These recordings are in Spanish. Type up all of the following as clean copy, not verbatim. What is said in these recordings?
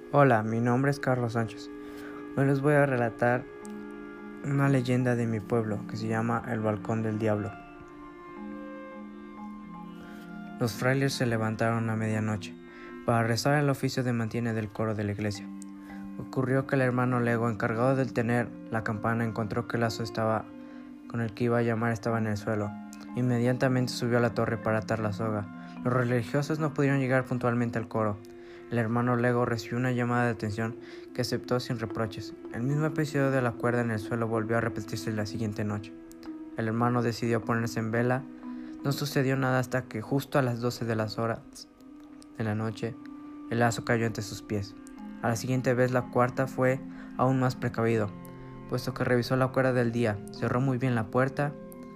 Hola, mi nombre es Carlos Sánchez. Hoy les voy a relatar una leyenda de mi pueblo que se llama El Balcón del Diablo. Los frailes se levantaron a medianoche para rezar el oficio de mantiene del coro de la iglesia. Ocurrió que el hermano Lego, encargado de tener la campana, encontró que el lazo con el que iba a llamar estaba en el suelo. Inmediatamente subió a la torre para atar la soga. Los religiosos no pudieron llegar puntualmente al coro. El hermano Lego recibió una llamada de atención que aceptó sin reproches. El mismo episodio de la cuerda en el suelo volvió a repetirse la siguiente noche. El hermano decidió ponerse en vela. No sucedió nada hasta que justo a las 12 de las horas de la noche, el lazo cayó entre sus pies. A la siguiente vez, la cuarta, fue aún más precavido, puesto que revisó la cuerda del día, cerró muy bien la puerta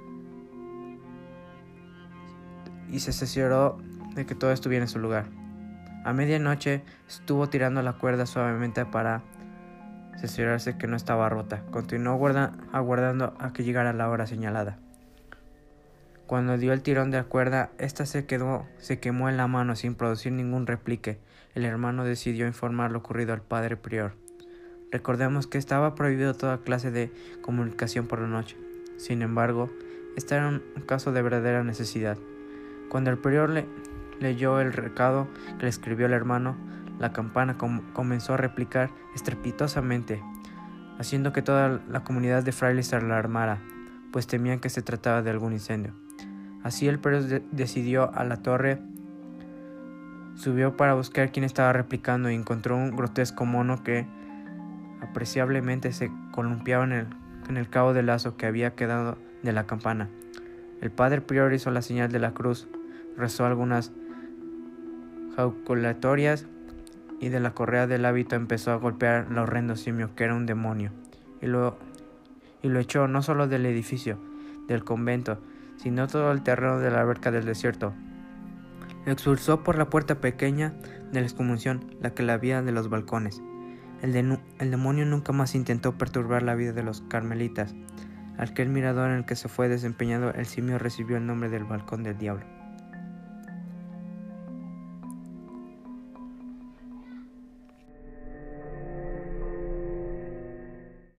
y se cercioró de que todo estuviera en su lugar. A medianoche estuvo tirando la cuerda suavemente para cerciorarse que no estaba rota. Continuó aguardando a que llegara la hora señalada. Cuando dio el tirón de la cuerda, esta se quemó en la mano sin producir ningún replique. El hermano decidió informar lo ocurrido al padre prior. Recordemos que estaba prohibido toda clase de comunicación por la noche. Sin embargo, este era un caso de verdadera necesidad. Cuando el prior leyó el recado que le escribió el hermano, la campana comenzó a replicar estrepitosamente, haciendo que toda la comunidad de frailes se alarmara, pues temían que se trataba de algún incendio. Así el prior decidió a la torre, subió para buscar quién estaba replicando y encontró un grotesco mono que apreciablemente se columpiaba en el cabo del lazo que había quedado de la campana. El padre prior hizo la señal de la cruz, rezó algunas jaculatorias y de la correa del hábito empezó a golpear al horrendo simio que era un demonio y lo echó no solo del edificio del convento, sino todo el terreno de la alberca del desierto. Lo expulsó por la puerta pequeña de la excomunión, la que la había de los balcones. El demonio nunca más intentó perturbar la vida de los carmelitas. Aquel mirador en el que se fue desempeñando el simio recibió el nombre del Balcón del Diablo.